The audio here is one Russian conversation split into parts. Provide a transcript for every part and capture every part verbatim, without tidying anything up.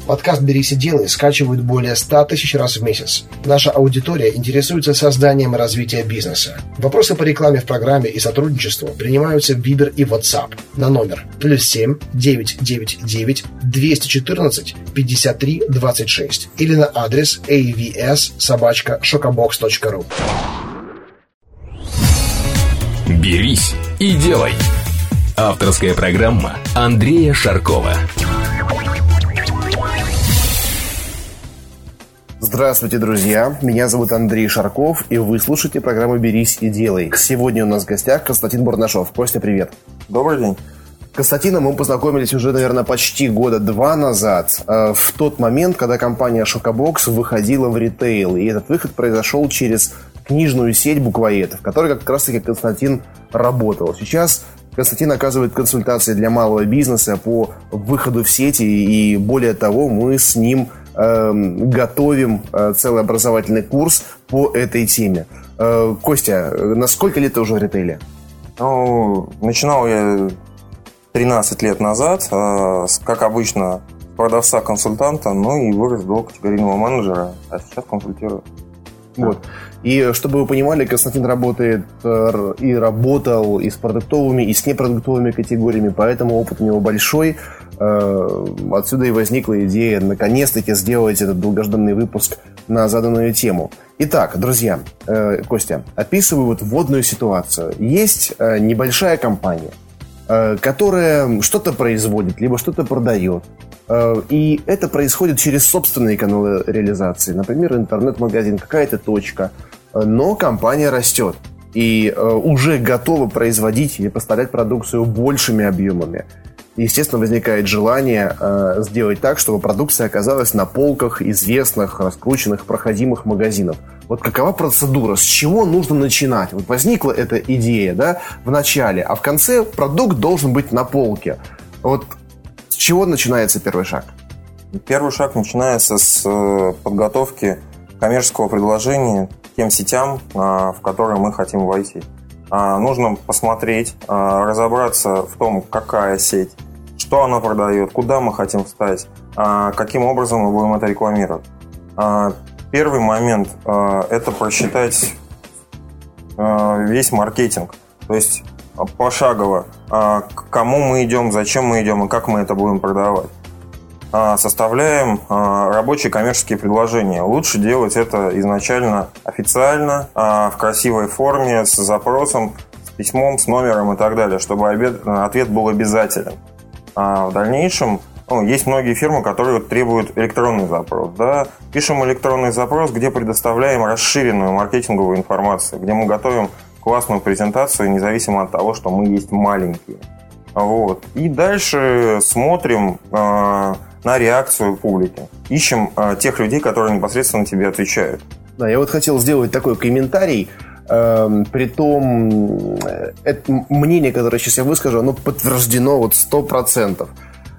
Подкаст «Берись и делай» скачивают более ста тысяч раз в месяц. Наша аудитория интересуется созданием и развитием бизнеса. Вопросы по рекламе в программе и сотрудничеству принимаются в Viber и WhatsApp на номер плюс семь девятьсот девяносто девять двести четырнадцать пятьдесят три двадцать шесть или на адрес эй ви эс собака шокобокс точка ру. «Берись и делай». Авторская программа Андрея Шаркова. Здравствуйте, друзья! Меня зовут Андрей Шарков, и вы слушаете программу «Берись и делай». Сегодня у нас в гостях Константин Бурнашов. Костя, привет! Добрый день! С Константином мы познакомились уже, наверное, почти года два назад, в тот момент, когда компания Шокобокс выходила в ритейл, и этот выход произошел через книжную сеть буквоед, в которой как раз-таки Константин работал. Сейчас Константин оказывает консультации для малого бизнеса по выходу в сети, и более того, мы с ним э, готовим э, целый образовательный курс по этой теме. Э, Костя, на сколько лет ты уже в ритейле? Ну, начинал я тринадцать лет назад, э, как обычно, продавца-консультанта, ну и вырос до категорийного менеджера, а сейчас консультирую. Вот. И чтобы вы понимали, Константин работает и работал и с продуктовыми, и с непродуктовыми категориями, поэтому опыт у него большой. Отсюда и возникла идея наконец-таки сделать этот долгожданный выпуск на заданную тему. Итак, друзья, Костя, описываю вот вводную ситуацию. Есть небольшая компания, которая что-то производит, либо что-то продает. И это происходит через собственные каналы реализации. Например, интернет-магазин, какая-то точка. Но компания растет и уже готова производить или поставлять продукцию большими объемами. Естественно, возникает желание сделать так, чтобы продукция оказалась на полках известных, раскрученных, проходимых магазинов. Вот какова процедура? С чего нужно начинать? Вот возникла эта идея, да, в начале, а в конце продукт должен быть на полке. Вот с чего начинается первый шаг? Первый шаг начинается с подготовки коммерческого предложения тем сетям, в которые мы хотим войти. Нужно посмотреть, разобраться в том, какая сеть, что она продает, куда мы хотим встать, каким образом мы будем это рекламировать. Первый момент – это просчитать весь маркетинг, то есть пошагово, к кому мы идем, зачем мы идем и как мы это будем продавать. Составляем рабочие коммерческие предложения. Лучше делать это изначально официально, в красивой форме, с запросом, с письмом, с номером и так далее, чтобы ответ был обязателен. В дальнейшем, ну, есть многие фирмы, которые требуют электронный запрос. Да? Пишем электронный запрос, где предоставляем расширенную маркетинговую информацию, где мы готовим классную презентацию, независимо от того, что мы есть маленькие. Вот. И дальше смотрим э, на реакцию публики. Ищем э, тех людей, которые непосредственно тебе отвечают. Да, я вот хотел сделать такой комментарий. Э, притом, это мнение, которое сейчас я выскажу, оно подтверждено вот сто процентов.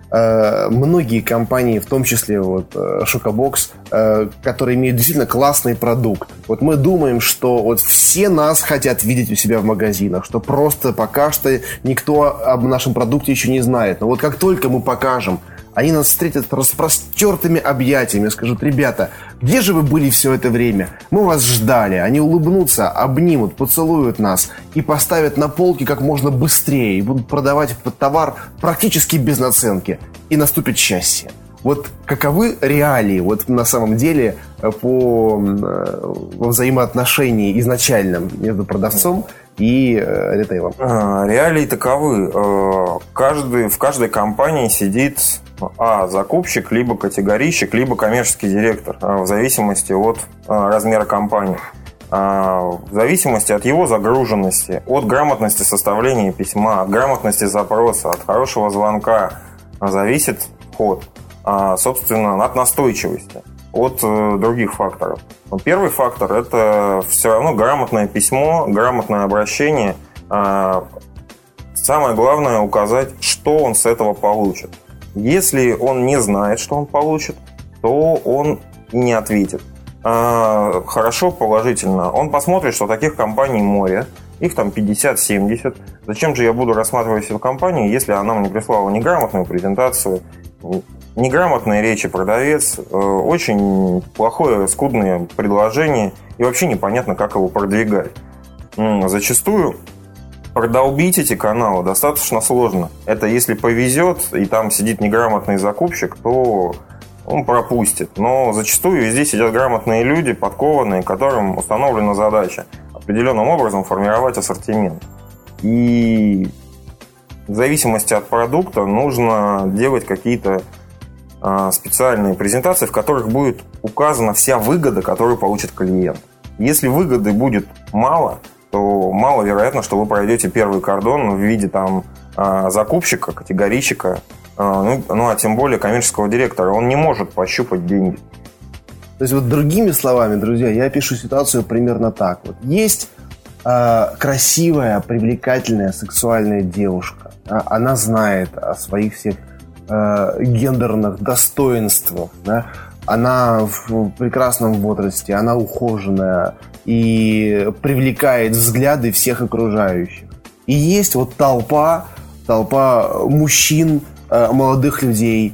Э, многие компании, в том числе вот Шокобокс, э, которые имеют действительно классный продукт. Вот мы думаем, что вот все нас хотят видеть у себя в магазинах, что просто пока что никто об нашем продукте еще не знает. Но вот как только мы покажем, они нас встретят распростертыми объятиями, скажут: ребята, где же вы были все это время? Мы вас ждали. Они улыбнутся, обнимут, поцелуют нас и поставят на полки как можно быстрее и будут продавать этот товар практически без наценки. И наступит счастье. Вот каковы реалии вот на самом деле по во взаимоотношении изначальном между продавцом и э, ритейлом? Реалии таковы. Каждый, в каждой компании сидит а закупщик, либо категорийщик, либо коммерческий директор, в зависимости от размера компании. В зависимости от его загруженности, от грамотности составления письма, от грамотности запроса, от хорошего звонка зависит ход. Собственно, от настойчивости, от других факторов. Но первый фактор – это все равно грамотное письмо, грамотное обращение. Самое главное – указать, что он с этого получит. Если он не знает, что он получит, то он не ответит. Хорошо, положительно. Он посмотрит, что таких компаний море, их там пятьдесят-семьдесят. Зачем же я буду рассматривать эту компанию, если она мне прислала неграмотную презентацию, неграмотной речи продавец, очень плохое, скудное предложение, и вообще непонятно, как его продвигать. Зачастую продолбить эти каналы достаточно сложно. Это если повезет, и там сидит неграмотный закупщик, то он пропустит. Но зачастую везде сидят грамотные люди, подкованные, которым установлена задача определенным образом формировать ассортимент. И в зависимости от продукта нужно делать какие-то а, специальные презентации, в которых будет указана вся выгода, которую получит клиент. Если выгоды будет мало, то маловероятно, что вы пройдете первый кордон в виде там, а, закупщика, категорийщика, а, ну, ну а тем более коммерческого директора. Он не может пощупать деньги. То есть вот другими словами, друзья, я пишу ситуацию примерно так. Вот есть э, красивая, привлекательная, сексуальная девушка. Да? Она знает о своих всех э, гендерных достоинствах. Да? Она в прекрасном возрасте, она ухоженная и привлекает взгляды всех окружающих. И есть вот толпа, толпа мужчин, э, молодых людей,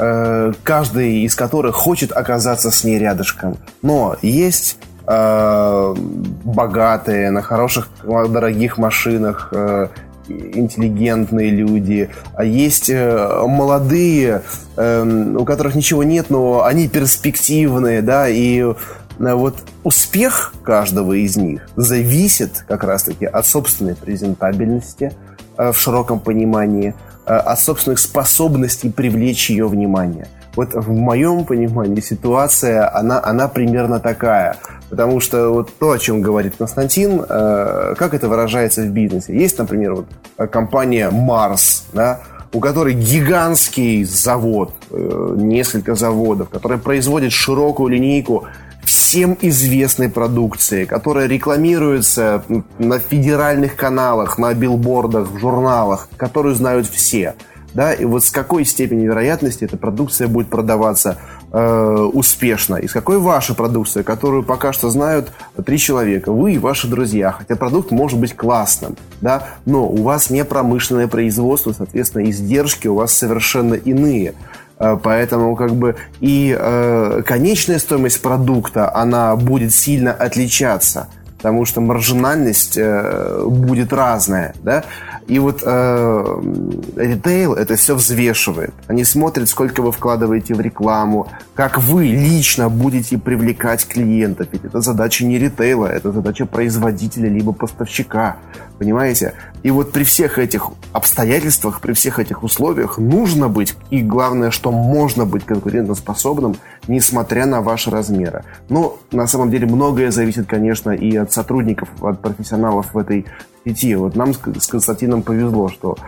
каждый из которых хочет оказаться с ней рядышком. Но есть э, богатые, на хороших, дорогих машинах, э, интеллигентные люди, а есть э, молодые, э, у которых ничего нет, но они перспективные, да, и э, вот успех каждого из них зависит как раз-таки от собственной презентабельности э, в широком понимании, от собственных способностей привлечь ее внимание. Вот в моем понимании ситуация, она, она примерно такая. Потому что вот то, о чем говорит Константин, э, как это выражается в бизнесе. Есть, например, вот компания Mars, да, у которой гигантский завод, э, несколько заводов, который производит широкую линейку всем известной продукции, которая рекламируется на федеральных каналах, на билбордах, в журналах, которую знают все. Да? И вот с какой степенью вероятности эта продукция будет продаваться э, успешно? И с какой ваша продукция, которую пока что знают три человека, вы и ваши друзья, хотя продукт может быть классным, да? Но у вас не промышленное производство, соответственно, издержки у вас совершенно иные. Поэтому как бы и э, конечная стоимость продукта, она будет сильно отличаться, потому что маржинальность э, будет разная, да? И вот э, ритейл это все взвешивает. Они смотрят, сколько вы вкладываете в рекламу, как вы лично будете привлекать клиентов. Ведь это задача не ритейла, это задача производителя либо поставщика. Понимаете? И вот при всех этих обстоятельствах, при всех этих условиях нужно быть, и главное, что можно быть конкурентоспособным, несмотря на ваши размеры. Но на самом деле многое зависит, конечно, и от сотрудников, от профессионалов в этой сети. Вот нам с Константином повезло, что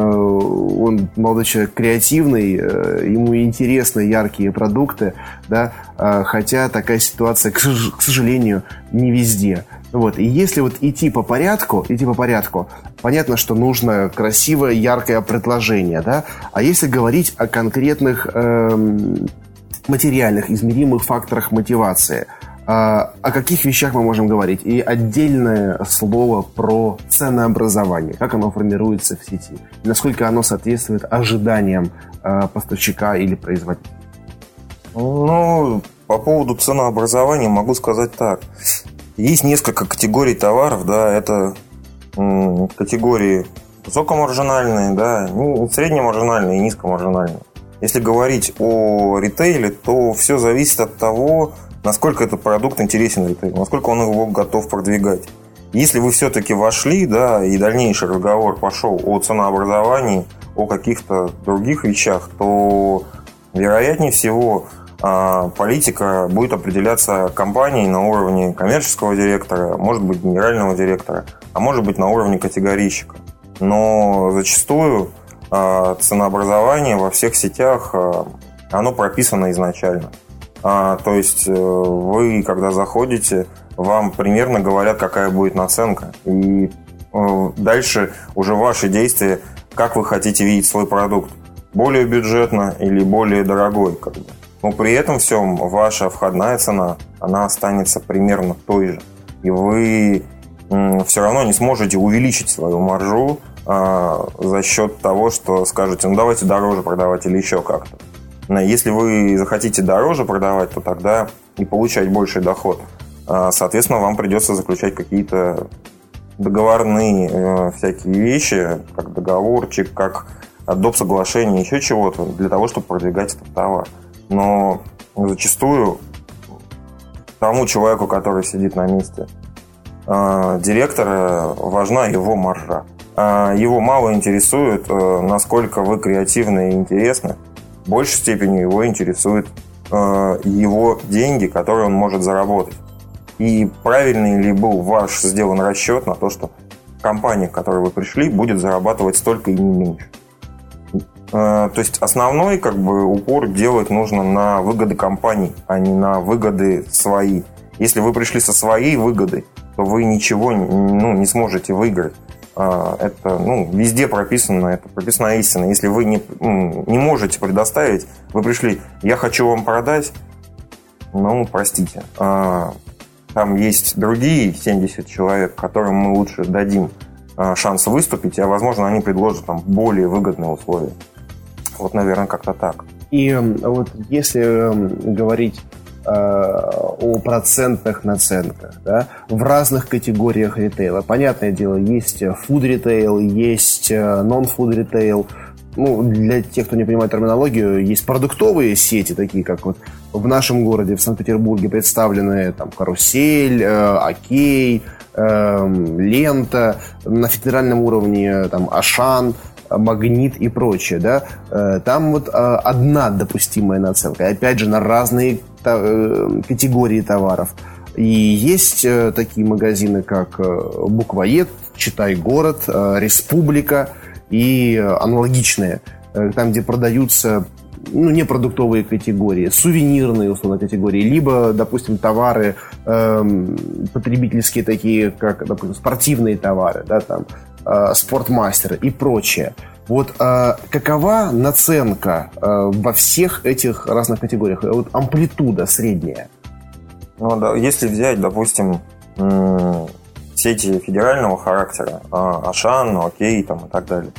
он молодой человек креативный, ему интересны яркие продукты, да, хотя такая ситуация, к сожалению, не везде. Вот. И если вот идти по порядку, идти по порядку, понятно, что нужно красивое, яркое предложение, да? А если говорить о конкретных эм, материальных, измеримых факторах мотивации, э, о каких вещах мы можем говорить? И отдельное слово про ценообразование, как оно формируется в сети, и насколько оно соответствует ожиданиям э, поставщика или производителя. Ну, по поводу ценообразования могу сказать так. Есть несколько категорий товаров, да, это м, категории высокомаржинальные, да, среднемаржинальные и низкомаржинальные. Если говорить о ритейле, то все зависит от того, насколько этот продукт интересен ритейлу, насколько он его готов продвигать. Если вы все-таки вошли, да, и дальнейший разговор пошел о ценообразовании, о каких-то других вещах, то вероятнее всего политика будет определяться компанией на уровне коммерческого директора, может быть, генерального директора, а может быть, на уровне категорийщика. Но зачастую ценообразование во всех сетях, оно прописано изначально. То есть вы, когда заходите, вам примерно говорят, какая будет наценка. И дальше уже ваши действия, как вы хотите видеть свой продукт. Более бюджетно или более дорогой, как бы. Но при этом всем ваша входная цена, она останется примерно той же. И вы м, все равно не сможете увеличить свою маржу а, за счет того, что скажете, ну давайте дороже продавать или еще как-то. Если вы захотите дороже продавать, то тогда и получать больший доход. Соответственно, вам придется заключать какие-то договорные э, всякие вещи, как договорчик, как доп. Соглашение, еще чего-то, для того, чтобы продвигать этот товар. Но зачастую тому человеку, который сидит на месте э, директора, важна его маржа. Э, его мало интересует, э, насколько вы креативны и интересны. В большей степени его интересуют э, его деньги, которые он может заработать. И правильный ли был ваш сделан расчет на то, что компания, к которой вы пришли, будет зарабатывать столько и не меньше. То есть основной как бы, упор делать нужно на выгоды компаний, а не на выгоды свои. Если вы пришли со своей выгодой, то вы ничего ну, не сможете выиграть. Это ну, везде прописано, это прописана истина. Если вы не, не можете предоставить, вы пришли, я хочу вам продать, ну, простите. Там есть другие семьдесят человек, которым мы лучше дадим э, шанс выступить, а, возможно, они предложат там более выгодные условия. Вот, наверное, как-то так. И вот если говорить э, о процентных наценках, да, в разных категориях ритейла, понятное дело, есть фуд-ритейл, есть нон-фуд-ритейл. Ну, для тех, кто не понимает терминологию, есть продуктовые сети, такие как вот в нашем городе, в Санкт-Петербурге, представлены там Карусель, э, Окей, э, Лента, на федеральном уровне там Ашан, Магнит и прочее, да. Э, там вот э, одна допустимая наценка, опять же, на разные э, категории товаров. И есть э, такие магазины, как э, Буквоед, Читай город, э, Республика и аналогичные, там, где продаются ну, не продуктовые категории, сувенирные, условно, категории, либо, допустим, товары э, потребительские, такие как, допустим, спортивные товары, да, там, э, спортмастер и прочее. Вот э, какова наценка э, во всех этих разных категориях? Вот амплитуда средняя. Ну, да, если взять, допустим, м- сети федерального характера, Ашан, Окей там, и так далее.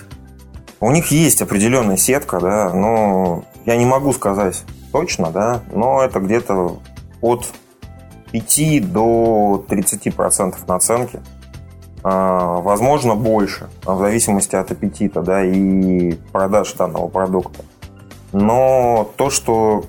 У них есть определенная сетка, да, но я не могу сказать точно, да, но это где-то от пяти до тридцати процентов наценки. Возможно, больше, в зависимости от аппетита, да, и продаж данного продукта. Но то, что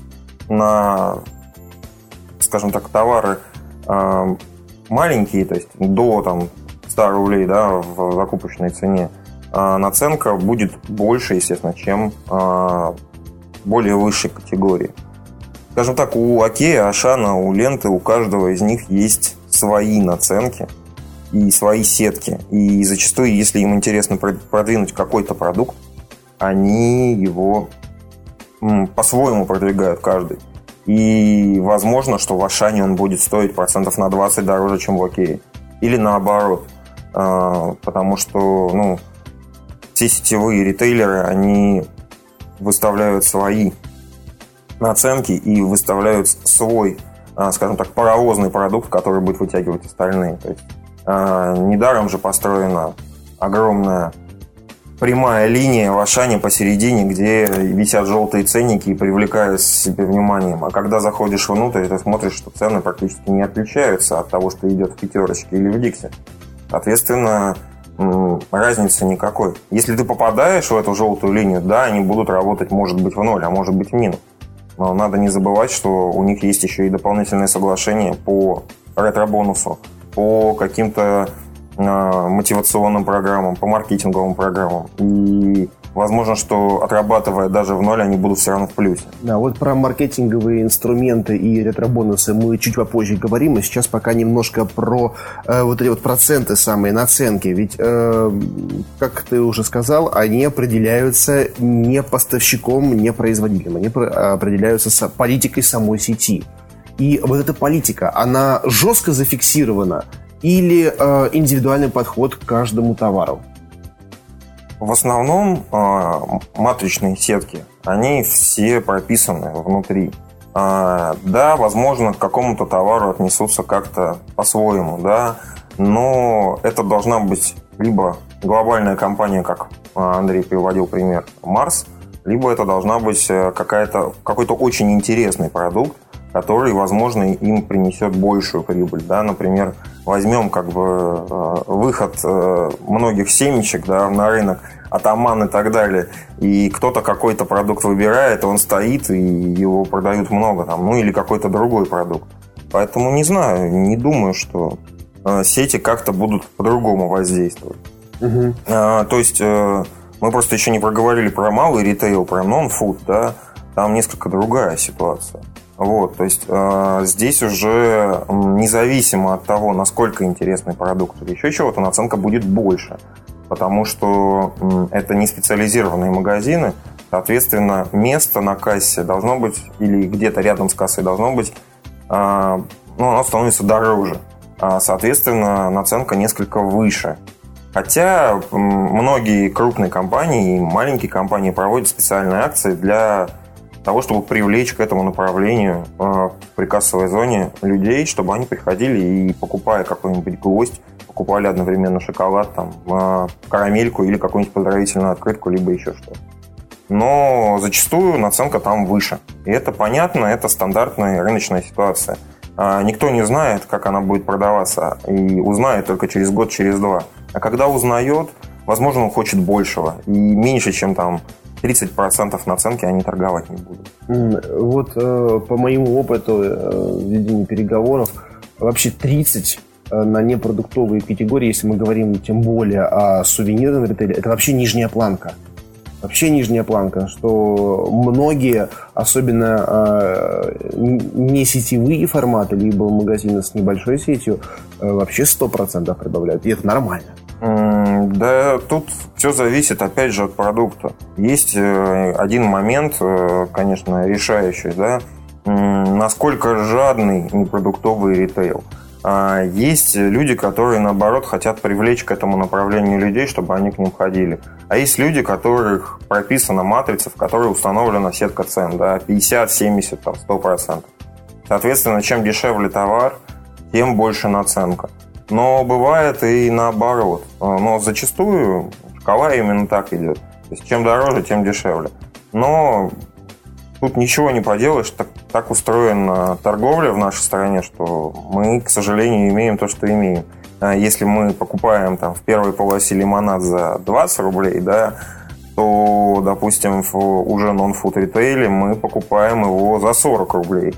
на, скажем так, товары маленькие, то есть до там, ста рублей, да, в закупочной цене, а наценка будет больше, естественно, чем а, более высшей категории. Скажем так, у Окея, Ашана, у Ленты, у каждого из них есть свои наценки и свои сетки. И зачастую, если им интересно продвинуть какой-то продукт, они его м, по-своему продвигают каждый. И возможно, что в Ашане он будет стоить процентов на двадцать дороже, чем в Окее. Или наоборот. Потому что ну, все сетевые ритейлеры, они выставляют свои наценки и выставляют свой, скажем так, паровозный продукт, который будет вытягивать остальные. То есть, недаром же построена огромная прямая линия в Ашане посередине, где висят желтые ценники и привлекают себе вниманием. А когда заходишь внутрь, ты смотришь, что цены практически не отличаются от того, что идет в пятерочке или в Диксе. Соответственно, разницы никакой. Если ты попадаешь в эту желтую линию, да, они будут работать, может быть, в ноль, а может быть, в минус. Но надо не забывать, что у них есть еще и дополнительные соглашения по ретро-бонусу, по каким-то мотивационным программам, по маркетинговым программам. И возможно, что отрабатывая даже в ноль, они будут все равно в плюсе. Да, вот про маркетинговые инструменты и ретро-бонусы мы чуть попозже говорим, а сейчас пока немножко про э, вот эти вот проценты, самые наценки. Ведь, э, как ты уже сказал, они определяются не поставщиком, не производителем, они определяются с политикой самой сети. И вот эта политика, она жестко зафиксирована или э, индивидуальный подход к каждому товару? В основном э, матричные сетки, они все прописаны внутри. Э, да, возможно, к какому-то товару отнесутся как-то по-своему, да, но это должна быть либо глобальная компания, как Андрей приводил пример, Марс, либо это должна быть какая-то, какой-то очень интересный продукт, который, возможно, им принесет большую прибыль. Да? Например, возьмем как бы выход многих семечек, да, на рынок, атаман и так далее, и кто-то какой-то продукт выбирает, он стоит, и его продают много, там, ну или какой-то другой продукт. Поэтому не знаю, не думаю, что сети как-то будут по-другому воздействовать. Угу. А, то есть мы просто еще не проговорили про малый ритейл, про нон-фуд, да, там несколько другая ситуация. Вот, то есть э, здесь уже независимо от того, насколько интересный продукт или еще чего-то, наценка будет больше, потому что э, это не специализированные магазины, соответственно, место на кассе должно быть, или где-то рядом с кассой должно быть, э, ну, оно становится дороже, а, соответственно, наценка несколько выше. Хотя э, многие крупные компании и маленькие компании проводят специальные акции для того, чтобы привлечь к этому направлению э, в прикассовой зоне людей, чтобы они приходили и, покупая какой-нибудь гвоздь, покупали одновременно шоколад, там, э, карамельку или какую-нибудь поздравительную открытку, либо еще что-то. Но зачастую наценка там выше. И это понятно, это стандартная рыночная ситуация. Э, никто не знает, как она будет продаваться, и узнает только через год, через два. А когда узнает, возможно, он хочет большего. И меньше, чем там тридцать процентов наценки они торговать не будут. Вот э, по моему опыту э, ведения переговоров, вообще тридцать на непродуктовые категории, если мы говорим тем более о сувенирном ритейле, это вообще нижняя планка. Вообще нижняя планка, что многие, особенно э, не сетевые форматы, либо магазины с небольшой сетью, э, вообще сто процентов прибавляют. И это нормально. Да, тут все зависит, опять же, от продукта. Есть один момент, конечно, решающий, да, насколько жадный непродуктовый ритейл. Есть люди, которые, наоборот, хотят привлечь к этому направлению людей, чтобы они к ним ходили. А есть люди, у которых прописана матрица, в которой установлена сетка цен, да, пятьдесят, семьдесят, сто процентов. Соответственно, чем дешевле товар, тем больше наценка. Но бывает и наоборот. Но зачастую шкала именно так идет. То есть чем дороже, тем дешевле. Но тут ничего не поделаешь. Так, так устроена торговля в нашей стране, что мы, к сожалению, имеем то, что имеем. Если мы покупаем там в первой полосе лимонад за двадцать рублей, да, то, допустим, в уже нон-фуд ритейле мы покупаем его за сорок рублей.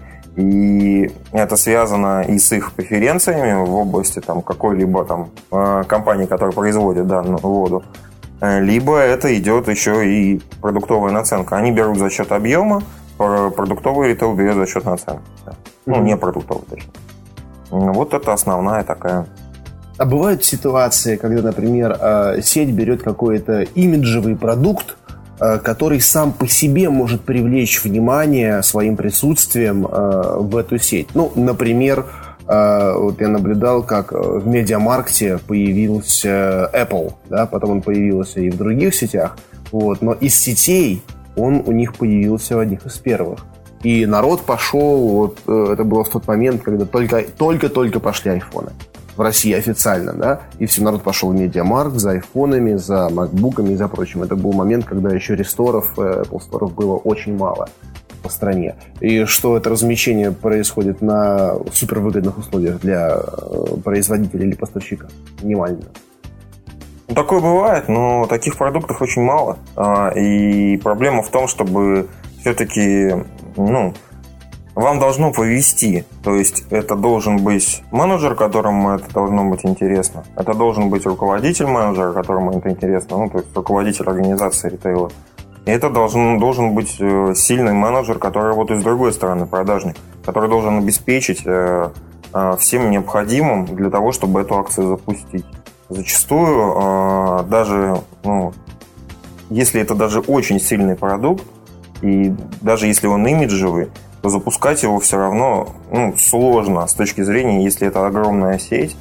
И это связано и с их преференциями в области там, какой-либо там, компании, которая производит данную воду, либо это идет еще и продуктовая наценка. Они берут за счет объема, продуктовый ритейл берет за счет наценки. Ну, не продуктовый, точно. Вот это основная такая. А бывают ситуации, когда, например, сеть берет какой-то имиджевый продукт, который сам по себе может привлечь внимание своим присутствием э, в эту сеть. Ну, например, э, вот я наблюдал, как в Медиамаркте появился Apple, да, потом он появился и в других сетях, вот, но из сетей он у них появился в одних из первых. И народ пошел, вот, э, это было в тот момент, когда только, только-только пошли айфоны в России официально, да, и все, народ пошел в Медиамаркт за айфонами, за макбуками и за прочим. Это был момент, когда еще ресторов, Apple Store было очень мало по стране. И что это размещение происходит на супервыгодных условиях для производителя или поставщика. Минимально. Ну, такое бывает, но таких продуктов очень мало. И проблема в том, чтобы все-таки, ну, вам должно повести, то есть это должен быть менеджер, которому это должно быть интересно, это должен быть руководитель менеджера, которому это интересно, ну, то есть руководитель организации ритейла. И это должен, должен быть сильный менеджер, который работает с другой стороны, продажник, который должен обеспечить всем необходимым для того, чтобы эту акцию запустить. Зачастую даже, ну, если это даже очень сильный продукт, и даже если он имиджевый, то запускать его все равно, ну, сложно с точки зрения, если это огромная сеть,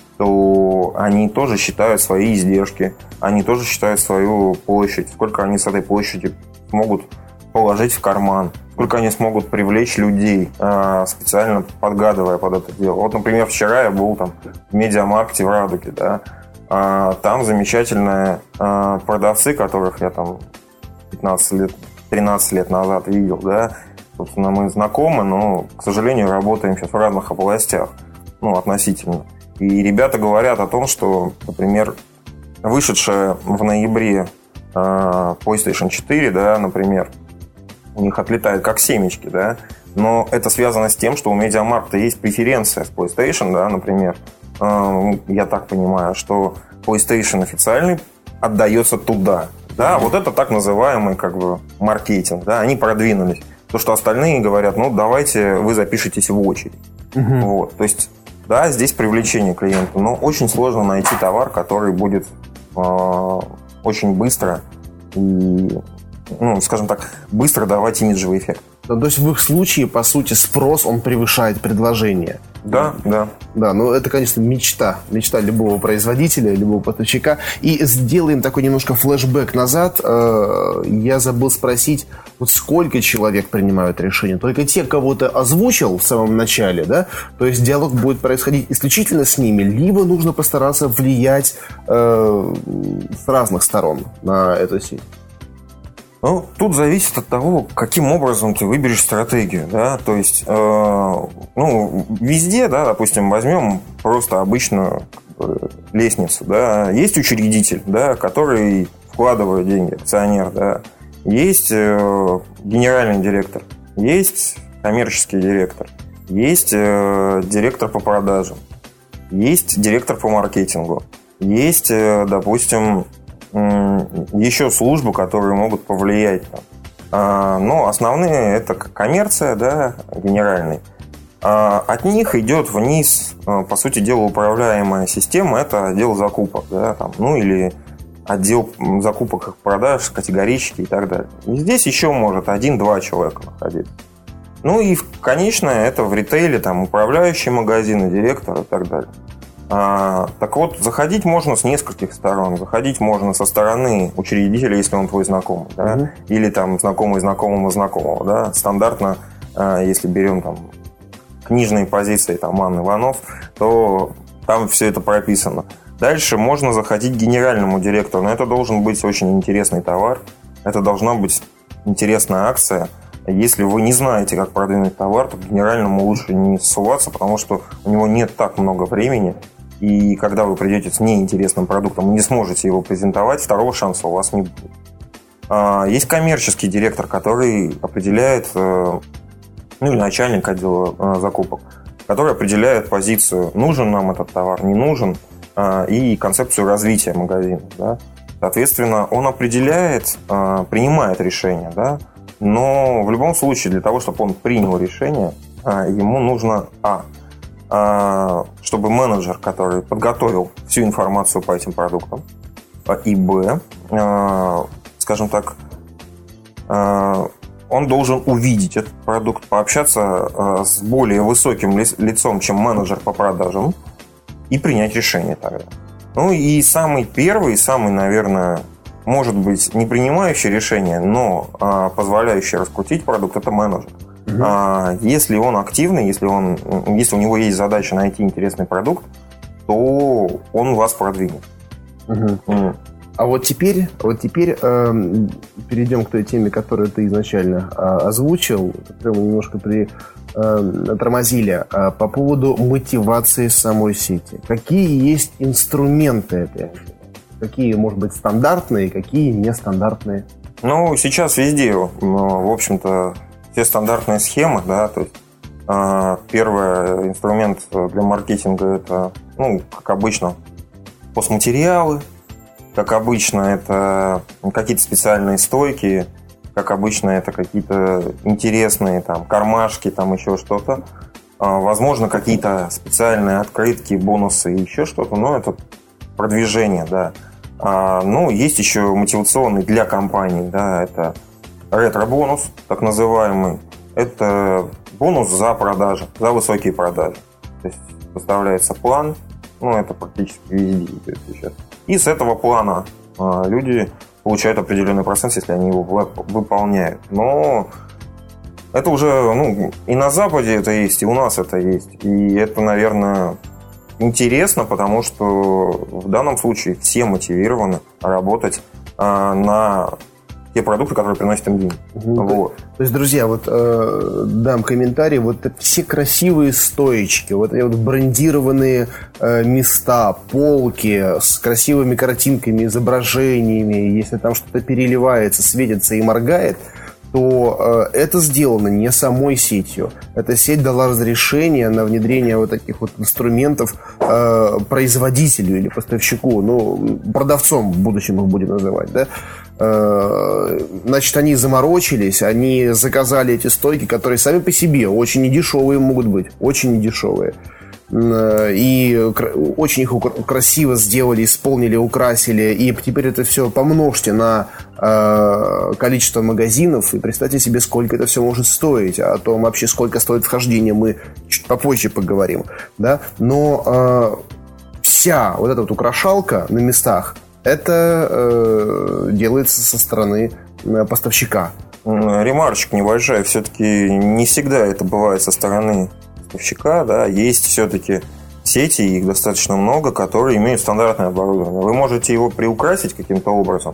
то они тоже считают свои издержки, они тоже считают свою площадь, сколько они с этой площади могут положить в карман, сколько они смогут привлечь людей, специально подгадывая под это дело. Вот, например, вчера я был там в Медиамаркте в Радуге, да, там замечательные продавцы, которых я там пятнадцать лет тринадцать лет назад видел, да. Собственно, мы знакомы, но, к сожалению, работаем сейчас в разных областях, ну, относительно. И ребята говорят о том, что, например, вышедшая в ноябре PlayStation четыре, да, например, у них отлетает как семечки, да, но это связано с тем, что у MediaMarkt есть преференция с PlayStation, да, например, я так понимаю, что PlayStation официальный отдается туда, да, вот это так называемый, как бы, маркетинг, да, они продвинулись. То, что остальные говорят, ну, давайте вы запишитесь в очередь. Uh-huh. Вот, то есть, да, здесь привлечение клиента, но очень сложно найти товар, который будет э, очень быстро и, ну, скажем так, быстро давать имиджевый эффект. Да, то есть в их случае, по сути, спрос, он превышает предложение. Да, да. Да, ну это, конечно, мечта. Мечта любого производителя, любого поставщика. И сделаем такой немножко флешбэк назад. Я забыл спросить, вот сколько человек принимают решения? Только те, кого ты озвучил в самом начале, да? То есть диалог будет происходить исключительно с ними, либо нужно постараться влиять э, с разных сторон на эту сеть? Ну, тут зависит от того, каким образом ты выберешь стратегию, да, то есть, э, ну, везде, да, допустим, возьмем просто обычную как бы, лестницу, да, есть учредитель, да, который вкладывает деньги, акционер, да, есть э, генеральный директор, есть коммерческий директор, есть э, директор по продажам, есть директор по маркетингу, есть, э, допустим, еще службы, которые могут повлиять. Но основные это коммерция, да, генеральный. От них идет вниз, по сути дела, управляемая система, это отдел закупок, да, там, ну или отдел закупок и продаж, категорический и так далее. И здесь еще может один-два человека находиться. Ну и, конечно, это в ритейле, там, управляющий магазин, директор и так далее. А, так вот, заходить можно с нескольких сторон. Заходить можно со стороны учредителя, если он твой знакомый, да? Uh-huh. Или там знакомый знакомого знакомого, да? Стандартно, а, если берем там книжные позиции, там Анны Иванов, то там все это прописано. Дальше можно заходить к генеральному директору, но это должен быть очень интересный товар, это должна быть интересная акция. Если вы не знаете, как продвинуть товар, то к генеральному лучше не ссылаться, потому что у него нет так много времени. И когда вы придете с неинтересным продуктом и не сможете его презентовать, второго шанса у вас не будет. Есть коммерческий директор, который определяет, ну или начальник отдела закупок, который определяет позицию, нужен нам этот товар, не нужен, и концепцию развития магазина. Да? Соответственно, он определяет, принимает решение, да? Но в любом случае, для того, чтобы он принял решение, ему нужно а, чтобы менеджер, который подготовил всю информацию по этим продуктам, и б, скажем так, он должен увидеть этот продукт, пообщаться с более высоким лицом, чем менеджер по продажам, и принять решение тогда. Ну и самый первый, самый, наверное, может быть, не принимающий решение, но а, позволяющий раскрутить продукт, это менеджер. Угу. А, если он активный, если, он, если у него есть задача найти интересный продукт, то он вас продвинет. Угу. Угу. А вот теперь, вот теперь э, перейдем к той теме, которую ты изначально э, озвучил, которую мы немножко при, э, тормозили, э, по поводу мотивации самой сети. Какие есть инструменты этой? Какие, может быть, стандартные, какие нестандартные? Ну, сейчас везде, в общем-то, все стандартные схемы, да, то есть первый инструмент для маркетинга это, ну, как обычно, постматериалы, как обычно, это какие-то специальные стойки, как обычно, это какие-то интересные там кармашки, там еще что-то. Возможно, какие-то специальные открытки, бонусы и еще что-то, но это продвижение, да. А, ну, есть еще мотивационный для компаний, да, это ретро-бонус, так называемый. Это бонус за продажи, за высокие продажи. То есть составляется план, ну, это практически везде идет сейчас. И с этого плана а, люди получают определенный процент, если они его выполняют. Но это уже, ну, и на Западе это есть, и у нас это есть. И это, наверное, интересно, потому что в данном случае все мотивированы работать а, на те продукты, которые приносят им деньги. Угу. Вот. То есть, друзья, вот э, дам комментарий, вот все красивые стоечки, вот эти вот брендированные э, места, полки с красивыми картинками, изображениями, если там что-то переливается, светится и моргает, то э, это сделано не самой сетью. Эта сеть дала разрешение на внедрение вот таких вот инструментов э, производителю или поставщику, ну, продавцом в будущем их будем называть, да. Э, значит, они заморочились, они заказали эти стойки, которые сами по себе очень недешевые могут быть, очень недешевые. И очень их красиво сделали, исполнили, украсили. И теперь это все помножьте на э, количество магазинов и представьте себе, сколько это все может стоить. О том вообще, сколько стоит вхождение, мы чуть попозже поговорим, да? Но э, вся вот эта вот украшалка на местах, это э, делается со стороны поставщика. Ремарочка небольшая. Все-таки не всегда это бывает со стороны поставщика, да, есть все-таки сети, их достаточно много, которые имеют стандартное оборудование. Вы можете его приукрасить каким-то образом,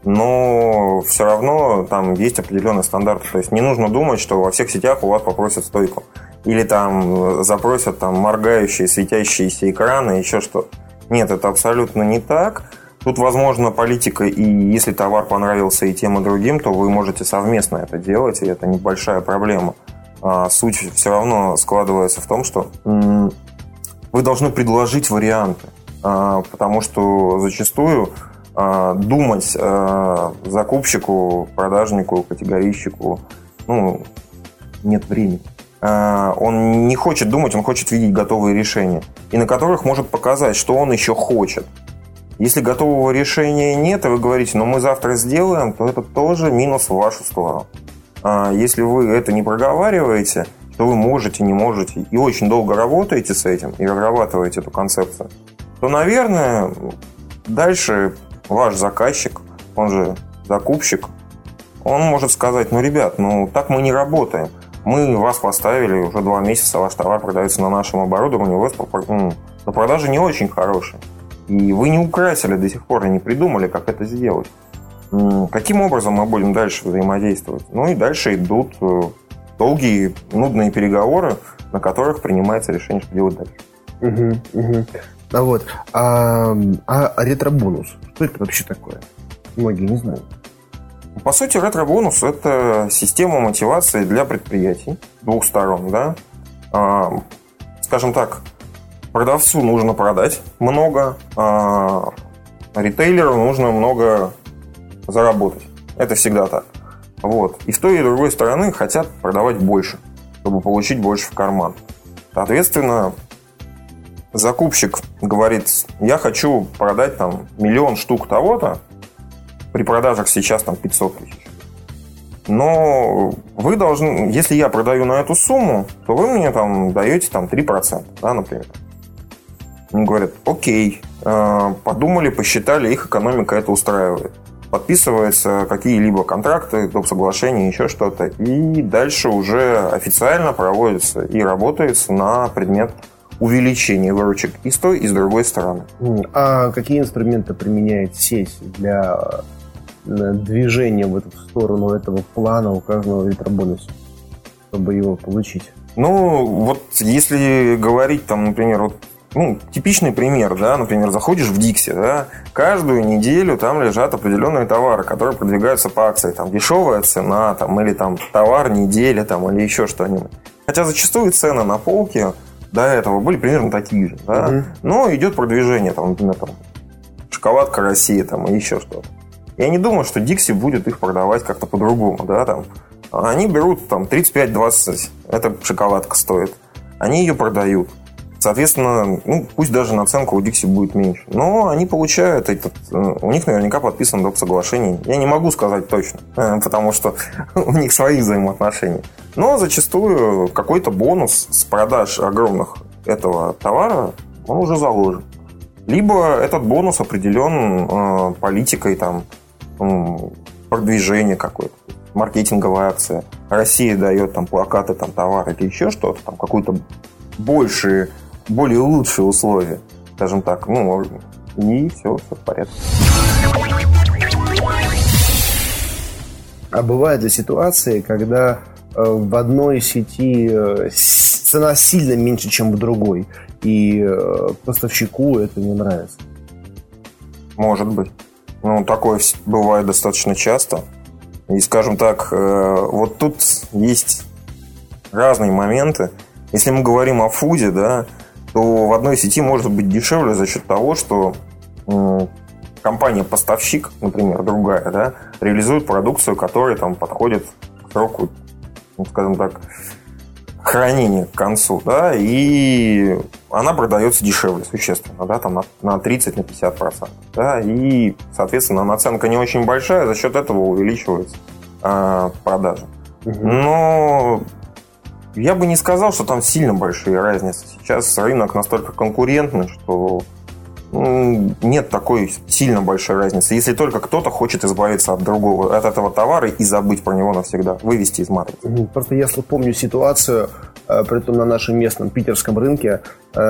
но все равно там есть определенные стандарты. То есть не нужно думать, что во всех сетях у вас попросят стойку. Или там запросят там моргающие, светящиеся экраны, еще что. Нет, это абсолютно не так. Тут, возможно, политика, и если товар понравился и тем, и другим, то вы можете совместно это делать, и это небольшая проблема. А суть все равно складывается в том, что м- вы должны предложить варианты, а, потому что зачастую а, думать а, закупщику, продажнику, категорийщику, ну, нет времени. А, он не хочет думать, он хочет видеть готовые решения, и на которых может показать, что он еще хочет. Если готового решения нет, и вы говорите, ну мы завтра сделаем, то это тоже минус в вашу сторону. Если вы это не проговариваете, что вы можете, не можете, и очень долго работаете с этим, и разрабатываете эту концепцию, то, наверное, дальше ваш заказчик, он же закупщик, он может сказать, ну, ребят, ну, так мы не работаем. Мы вас поставили, уже два месяца ваш товар продается на нашем оборудовании, у вас но продажи не очень хорошие. И вы не украсили до сих пор, и не придумали, как это сделать. Каким образом мы будем дальше взаимодействовать? Ну и дальше идут долгие, нудные переговоры, на которых принимается решение, что делать дальше. Угу, угу. А вот, а, а ретро-бонус, что это вообще такое? Многие не знают. По сути, ретро-бонус – это система мотивации для предприятий двух сторон, да? А, скажем так, продавцу нужно продать много, а ритейлеру нужно много заработать. Это всегда так. Вот. И с той и с другой стороны хотят продавать больше, чтобы получить больше в карман. Соответственно, закупщик говорит, я хочу продать там миллион штук того-то, при продажах сейчас там пятьсот тысяч. Но вы должны, если я продаю на эту сумму, то вы мне там даете там три процента, да, например. Они говорят, окей, подумали, посчитали, их экономика это устраивает. Подписываются какие-либо контракты, доп. Соглашения, еще что-то. И дальше уже официально проводится и работается на предмет увеличения выручек и с той, и с другой стороны. А какие инструменты применяет сеть для движения в эту сторону этого плана указанного в ретро-бонусе, чтобы его получить? Ну, вот если говорить там, например, вот ну, типичный пример, да, например, заходишь в Dixie, да, каждую неделю там лежат определенные товары, которые продвигаются по акции, там дешевая цена, там, или там товар недели, там, или еще что-нибудь. Хотя зачастую цены на полке до этого были примерно такие же, да, uh-huh. но идет продвижение, там, например, там, шоколадка России, там, и еще что-то. Я не думаю, что Dixie будет их продавать как-то по-другому, да, там. Они берут там тридцать пять двадцать, эта шоколадка стоит, они ее продают. Соответственно, ну, пусть даже наценка у Dixie будет меньше. Но они получают этот... У них наверняка подписан доп. Соглашение. Я не могу сказать точно, потому что у них свои взаимоотношения. Но зачастую какой-то бонус с продаж огромных этого товара, он уже заложен. Либо этот бонус определен э, политикой, там, э, продвижения какой-то. Маркетинговая акция. Россия дает там плакаты, там, товары или еще что-то, там, какую-то большие... более лучшие условия, скажем так, ну, и все, все в порядке. А бывают ли ситуации, когда в одной сети цена сильно меньше, чем в другой, и поставщику это не нравится? Может быть. Ну, такое бывает достаточно часто. И, скажем так, вот тут есть разные моменты. Если мы говорим о фуде, да, то в одной сети может быть дешевле за счет того, что компания-поставщик, например, другая, да, реализует продукцию, которая там подходит к сроку, ну, скажем так, хранения к концу, да, и она продается дешевле существенно, да, там на, на тридцать-пятьдесят процентов, да, и, соответственно, наценка не очень большая, за счет этого увеличивается а, продажа. Угу. Но я бы не сказал, что там сильно большие разницы. Сейчас рынок настолько конкурентный, что нет такой сильно большой разницы. Если только кто-то хочет избавиться от другого, от этого товара и забыть про него навсегда, вывести из маркета. Просто я помню ситуацию, притом на нашем местном питерском рынке,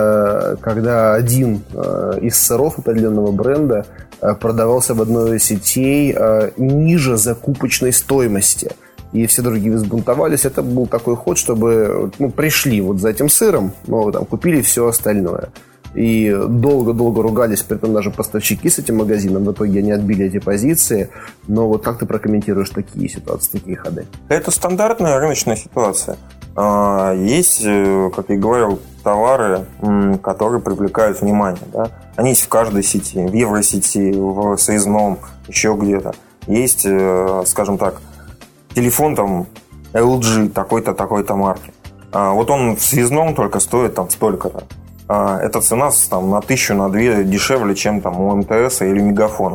когда один из сыров определенного бренда продавался в одной из сетей ниже закупочной стоимости. И все другие взбунтовались. Это был такой ход, чтобы ну, пришли вот за этим сыром, но там купили все остальное. И долго-долго ругались, при этом даже поставщики с этим магазином. В итоге они отбили эти позиции. Но вот как ты прокомментируешь такие ситуации, такие ходы? Это стандартная рыночная ситуация. Есть, как я и говорил, товары, которые привлекают внимание. Да? Они есть в каждой сети. В Евросети, в Союзном, еще где-то. Есть, скажем так, телефон там эл джи такой-то, такой-то марки. Вот он в Связном только стоит там столько-то. Эта цена там, на тысячу, на две дешевле, чем там у эм тэ эс или Мегафона.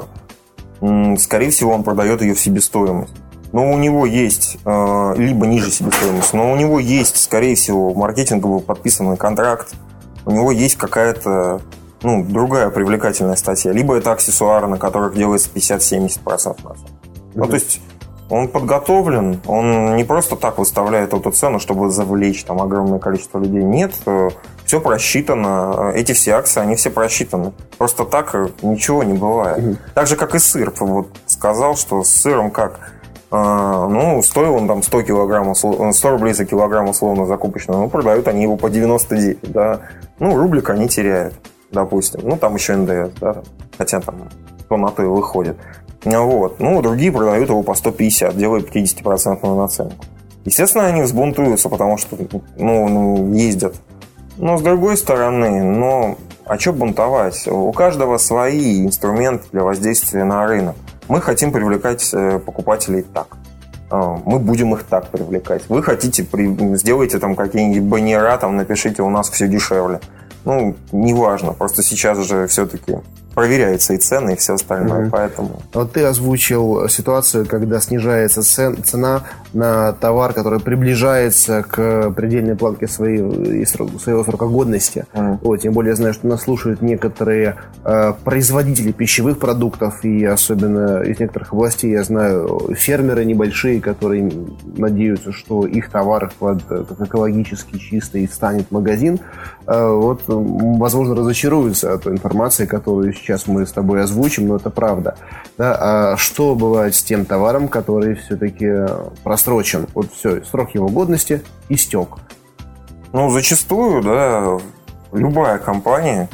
Скорее всего, он продает ее в себестоимость. Но у него есть, либо ниже себестоимости, но у него есть, скорее всего, маркетинговый подписанный контракт. У него есть какая-то ну, другая привлекательная статья. Либо это аксессуары, на которых делается пятьдесят-семьдесят процентов. Mm-hmm. Ну, то есть он подготовлен, он не просто так выставляет эту цену, чтобы завлечь там огромное количество людей. Нет, все просчитано, эти все акции, они все просчитаны. Просто так ничего не бывает. Mm-hmm. Так же, как и сыр. Вот сказал, что с сыром как? А, ну, стоил он там сто килограммов, сто рублей за килограмм условно закупочного, ну, продают они его по девяносто девять, да. Ну, рублик они теряют, допустим. Ну, там еще эн дэ эс, да, хотя там то на то и выходит. Вот. Ну, другие продают его по сто пятьдесят, делая пятьдесят процентов наценку. Естественно, они взбунтуются, потому что ну, ну, ездят. Но с другой стороны, ну, а что бунтовать? У каждого свои инструменты для воздействия на рынок. Мы хотим привлекать покупателей так. Мы будем их так привлекать. Вы хотите, сделайте там какие-нибудь баннера, там напишите, у нас все дешевле. Ну, неважно. Просто сейчас же все-таки проверяются и цены, и все остальное, mm-hmm. поэтому... Вот ты озвучил ситуацию, когда снижается цен, цена на товар, который приближается к предельной планке своей, своего срока годности. Mm-hmm. Вот, тем более я знаю, что нас слушают некоторые э, производители пищевых продуктов, и особенно из некоторых областей, я знаю, фермеры небольшие, которые надеются, что их товар под, как экологически чистый станет магазин, э, вот, возможно, разочаруются от той информации, которую сейчас мы с тобой озвучим, но это правда. Да? А что бывает с тем товаром, который все-таки просрочен? Вот все, срок его годности истек. Ну, зачастую, да, любая компания,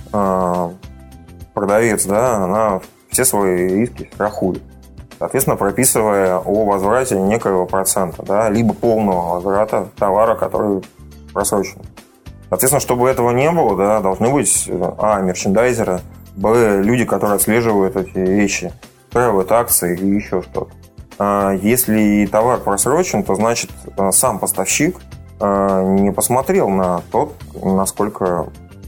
продавец, да, она все свои риски страхует. Соответственно, прописывая о возврате некоего процента, да, либо полного возврата товара, который просрочен. Соответственно, чтобы этого не было, да, должны быть а, мерчендайзеры, б, люди, которые отслеживают эти вещи, устраивают акции и еще что-то. А если товар просрочен, то значит сам поставщик не посмотрел на то, насколько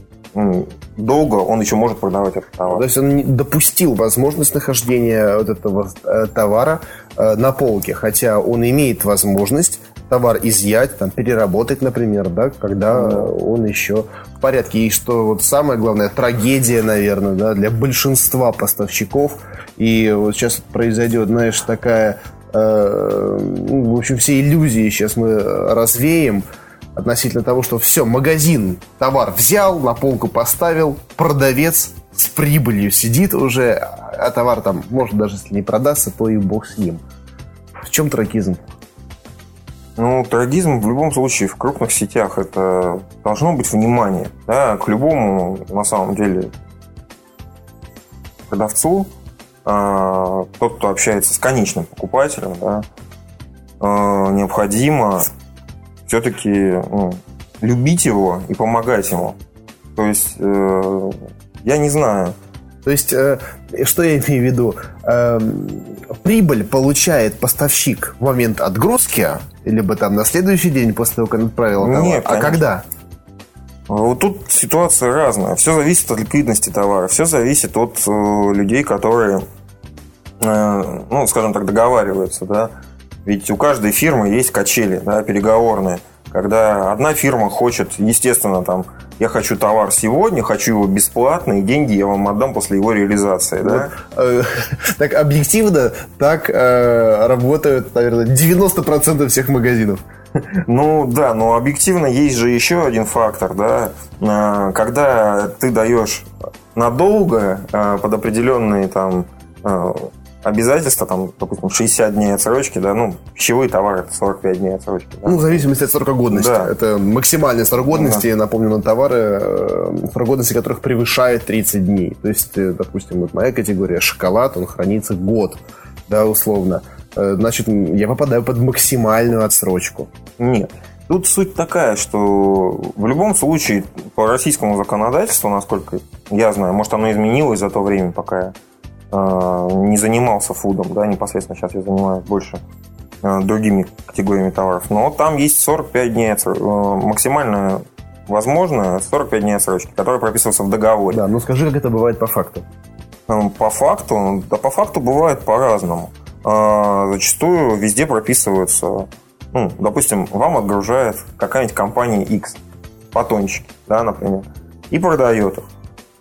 долго он еще может продавать этот товар. То есть он не допустил возможность нахождения вот этого товара на полке, хотя он имеет возможность товар изъять, там, переработать, например, да, когда mm-hmm. он еще в порядке. И что вот самое главное, трагедия, наверное, да, для большинства поставщиков. И вот сейчас произойдет, знаешь, такая, э, ну, в общем, все иллюзии сейчас мы развеем относительно того, что все, магазин товар взял, на полку поставил, продавец с прибылью сидит уже, а товар там, может, даже если не продастся, то и бог с ним. чем трекизм? Ну, трекизм в любом случае в крупных сетях это должно быть внимание, да, к любому, на самом деле, продавцу, э, тот, кто общается с конечным покупателем, да, э, необходимо все-таки ну, любить его и помогать ему. То есть, э, я не знаю. То есть, э, что я имею в виду? Э, прибыль получает поставщик в момент отгрузки, либо там на следующий день после того, как он отправил товар. Нет, а когда? Вот тут ситуация разная. Все зависит от ликвидности товара. Все зависит от э, людей, которые, э, ну, скажем так, договариваются, да. Ведь у каждой фирмы есть качели, да, переговорные. Когда одна фирма хочет, естественно, там, я хочу товар сегодня, хочу его бесплатно, и деньги я вам отдам после его реализации. Да? Вот, э, так объективно так э, работают, наверное, девяносто процентов всех магазинов. Ну да, но объективно есть же еще один фактор, да, когда ты даешь надолго под определенные там обязательства, там, допустим, шестьдесят дней отсрочки, да, ну, пищевые товары это сорок пять дней отсрочки. Да? Ну, в зависимости от срока годности. Да. Это максимальный срок годности, да. Напомню, на товары, срок годности которых превышает тридцать дней. То есть, допустим, вот моя категория шоколад, он хранится год, да, условно. Значит, я попадаю под максимальную отсрочку. Нет. Тут суть такая, что в любом случае по российскому законодательству, насколько я знаю, может, оно изменилось за то время, пока я не занимался фудом, да, непосредственно сейчас я занимаюсь больше другими категориями товаров, но там есть сорок пять дней максимально возможно сорок пять дней отсрочки, которые прописываются в договоре. Да, ну скажи, как это бывает по факту. По факту, да, по факту бывает по-разному. Зачастую везде прописываются, ну, допустим, вам отгружает какая-нибудь компания X батончики, да, например, и продает их.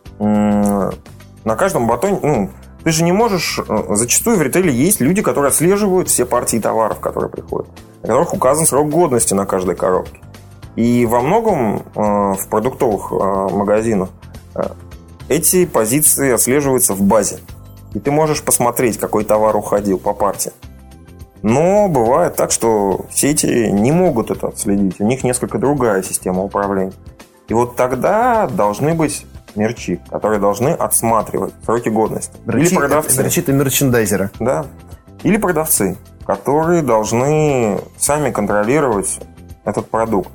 На каждом батоне, ну, ты же не можешь... Зачастую в ритейле есть люди, которые отслеживают все партии товаров, которые приходят, на которых указан срок годности на каждой коробке. И во многом э, в продуктовых э, магазинах э, эти позиции отслеживаются в базе. И ты можешь посмотреть, какой товар уходил по партии. Но бывает так, что сети не могут это отследить. У них несколько другая система управления. И вот тогда должны быть... мерчи, которые должны отсматривать сроки годности. Мерчи, или продавцы. Мерчи это мерчендайзеры. Да. Или продавцы, которые должны сами контролировать этот продукт.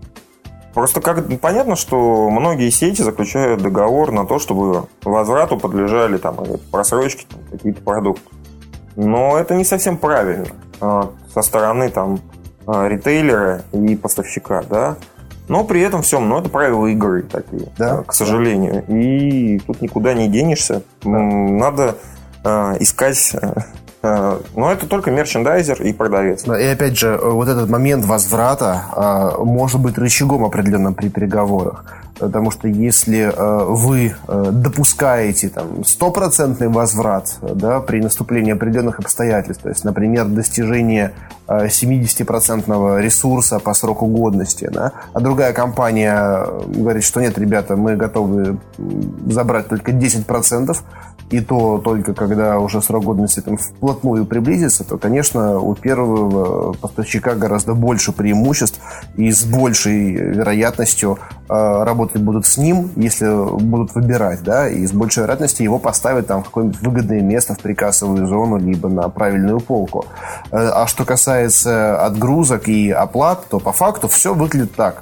Просто как понятно, что многие сети заключают договор на то, чтобы возврату подлежали там, просрочки, там, какие-то продукты. Но это не совсем правильно со стороны там, ритейлера и поставщика, да. Но при этом всем, ну, это правила игры такие, да? к сожалению. И тут никуда не денешься. Да. Надо э, искать... Э, но это только мерчендайзер и продавец. И опять же, вот этот момент возврата э, может быть рычагом определенным при переговорах. Потому что если э, вы э, допускаете там, стопроцентный возврат, да, при наступлении определенных обстоятельств, то есть, например, достижение э, семидесятипроцентного ресурса по сроку годности, да, а другая компания говорит, что нет, ребята, мы готовы забрать только десять процентов, и то только когда уже срок годности там, вплотную приблизится, то, конечно, у первого поставщика гораздо больше преимуществ и с большей вероятностью э, работать будут с ним, если будут выбирать, да, и с большей вероятностью его поставят там в какое-нибудь выгодное место в прикассовую зону, либо на правильную полку. А что касается отгрузок и оплат, то по факту все выглядит так.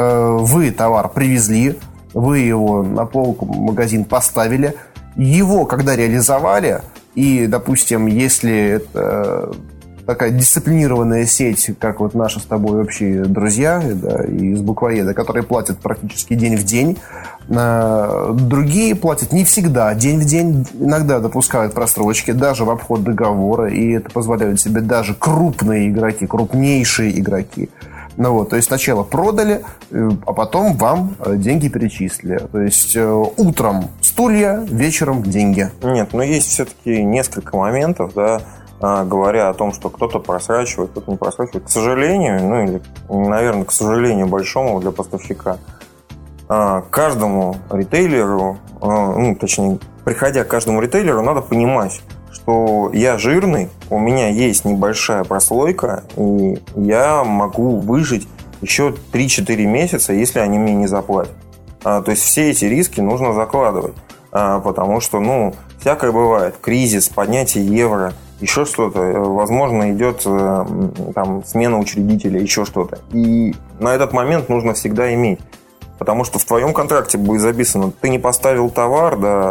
Вы товар привезли, вы его на полку, магазин поставили, его когда реализовали, и, допустим, если это такая дисциплинированная сеть, как вот наши с тобой общие друзья, да, из буквоеда, которые платят практически день в день. Другие платят не всегда день в день, иногда допускают просрочки, даже в обход договора, и это позволяют себе даже крупные игроки, крупнейшие игроки. Ну вот, то есть сначала продали, а потом вам деньги перечислили. То есть утром стулья, вечером деньги. Нет, но есть все-таки несколько моментов, да, говоря о том, что кто-то просрачивает, кто-то не просрачивает. К сожалению, ну или, наверное, к сожалению большому для поставщика, каждому ритейлеру, ну, точнее, приходя к каждому ритейлеру, надо понимать, что я жирный, у меня есть небольшая прослойка, и я могу выжить еще три-четыре месяца, если они мне не заплатят. А, то есть все эти риски нужно закладывать, а, потому что, ну, всякое бывает. Кризис, поднятие евро, еще что-то. Возможно, идет там смена учредителя, еще что-то. И на этот момент нужно всегда иметь. Потому что в твоем контракте будет записано, ты не поставил товар, да,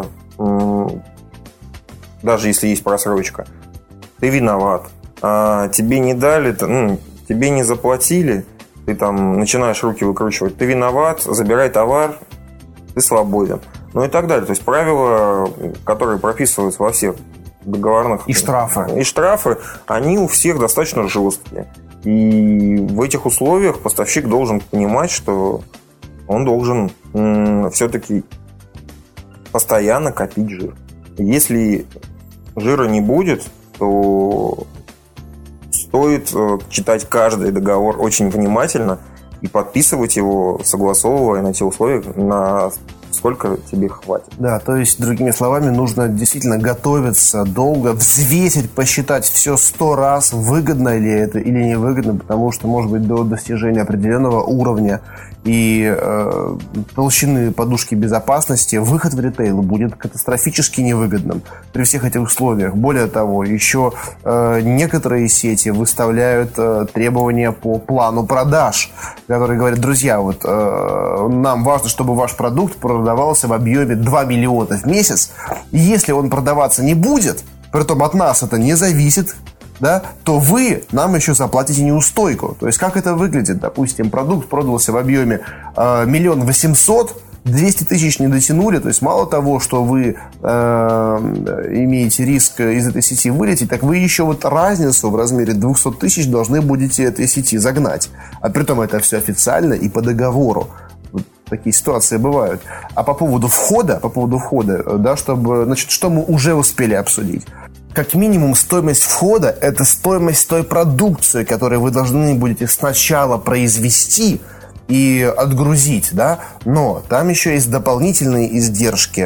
даже если есть просрочка, ты виноват. А тебе не дали, ну, тебе не заплатили, ты там начинаешь руки выкручивать, ты виноват, забирай товар, ты свободен. Ну и так далее. То есть правила, которые прописываются во всех договорных... И штрафы. И штрафы, они у всех достаточно жесткие. И в этих условиях поставщик должен понимать, что он должен м- все-таки постоянно копить жир. Если жира не будет, то стоит читать каждый договор очень внимательно и подписывать его, согласовывая на те условия, на сколько тебе хватит. Да, то есть, другими словами, нужно действительно готовиться долго, взвесить, посчитать все сто раз, выгодно ли это или невыгодно, потому что, может быть, до достижения определенного уровня и э, толщины подушки безопасности выход в ритейл будет катастрофически невыгодным при всех этих условиях. Более того, еще э, некоторые сети выставляют э, требования по плану продаж, которые говорят: друзья, вот э, нам важно, чтобы ваш продукт продавался в объеме два миллиона в месяц. И если он продаваться не будет, притом от нас это не зависит, да, то вы нам еще заплатите неустойку. То есть как это выглядит? Допустим, продукт продался в объеме э, миллион восемьсот, двести тысяч не дотянули. То есть мало того, что вы э, имеете риск из этой сети вылететь, так вы еще вот разницу в размере двести тысяч должны будете этой сети загнать. А притом это все официально и по договору. Вот такие ситуации бывают. А по поводу входа, по поводу входа, да, чтобы, значит, что мы уже успели обсудить. Как минимум, стоимость входа – это стоимость той продукции, которую вы должны будете сначала произвести и отгрузить, да? Но там еще есть дополнительные издержки.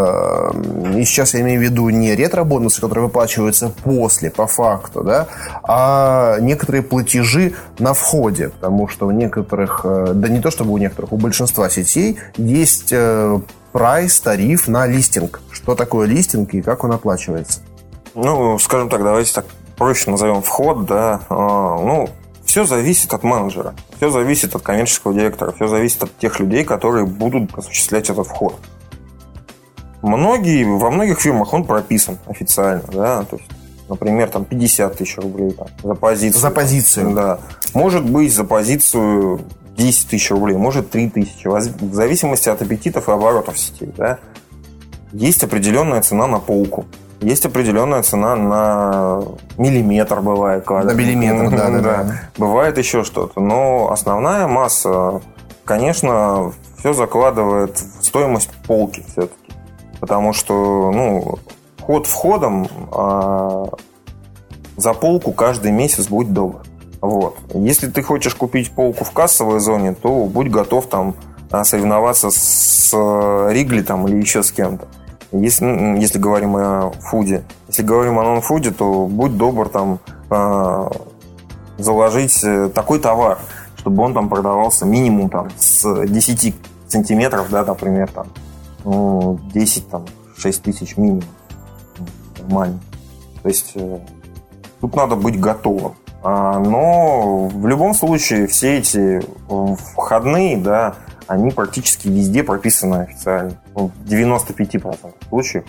И сейчас я имею в виду не ретро-бонусы, которые выплачиваются после, по факту, да, а некоторые платежи на входе, потому что у некоторых, да не то чтобы у некоторых, у большинства сетей есть прайс, тариф на листинг. Что такое листинг и как он оплачивается? Ну, скажем так, давайте так проще назовем вход, да. Ну, все зависит от менеджера, все зависит от коммерческого директора, все зависит от тех людей, которые будут осуществлять этот вход. Многие, во многих фирмах он прописан официально, да, то есть, например, там пятьдесят тысяч рублей там, за позицию. За позицию. Да. Может быть, за позицию десять тысяч рублей, может три тысячи, в зависимости от аппетитов и оборотов сетей, да. Есть определенная цена на полку. Есть определенная цена на миллиметр, бывает. На миллиметр, да, да, да. Бывает еще что-то. Но основная масса, конечно, все закладывает в стоимость полки все-таки. Потому что, ну, вход входом, а за полку каждый месяц будь добр. Вот. Если ты хочешь купить полку в кассовой зоне, то будь готов там соревноваться с Ригли там, или еще с кем-то. Если, если говорим о фуде. Если говорим о нон-фуде, то будь добр там э, заложить такой товар, чтобы он там продавался минимум там, с десять сантиметров, да, например, там, ну, десять, там, шесть тысяч минимум. Нормально. То есть э, тут надо быть готовым. А, но в любом случае все эти входные, да, они практически везде прописаны официально. В девяноста пяти процентах случаев.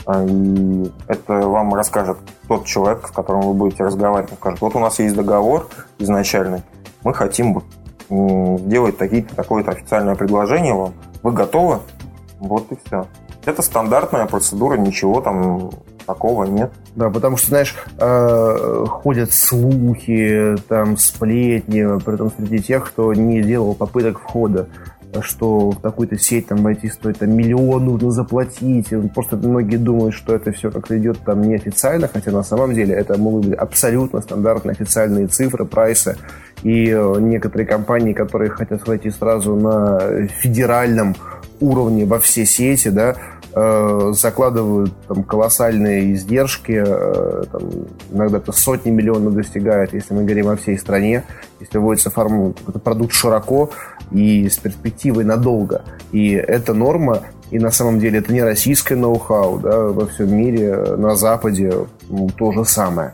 И это вам расскажет тот человек, с которым вы будете разговаривать. Он скажет: вот у нас есть договор изначальный, мы хотим сделать такие-то, такое-то официальное предложение вам. Вы готовы? Вот и все. Это стандартная процедура, ничего там такого нет. Да, потому что, знаешь, э, ходят слухи, там, сплетни, при этом среди тех, кто не делал попыток входа, что в такую-то сеть там войти стоит там, миллион нужно заплатить. Просто многие думают, что это все как-то идет там неофициально, хотя на самом деле это могут быть абсолютно стандартные официальные цифры, прайсы. И некоторые компании, которые хотят войти сразу на федеральном уровне во все сети, да, э, закладывают там колоссальные издержки, э, там, иногда это сотни миллионов достигают, если мы говорим о всей стране, если вводится форму, какой-то продукт широко и с перспективой надолго. И это норма, и на самом деле это не российское ноу-хау, да, во всем мире, на Западе ну, то же самое.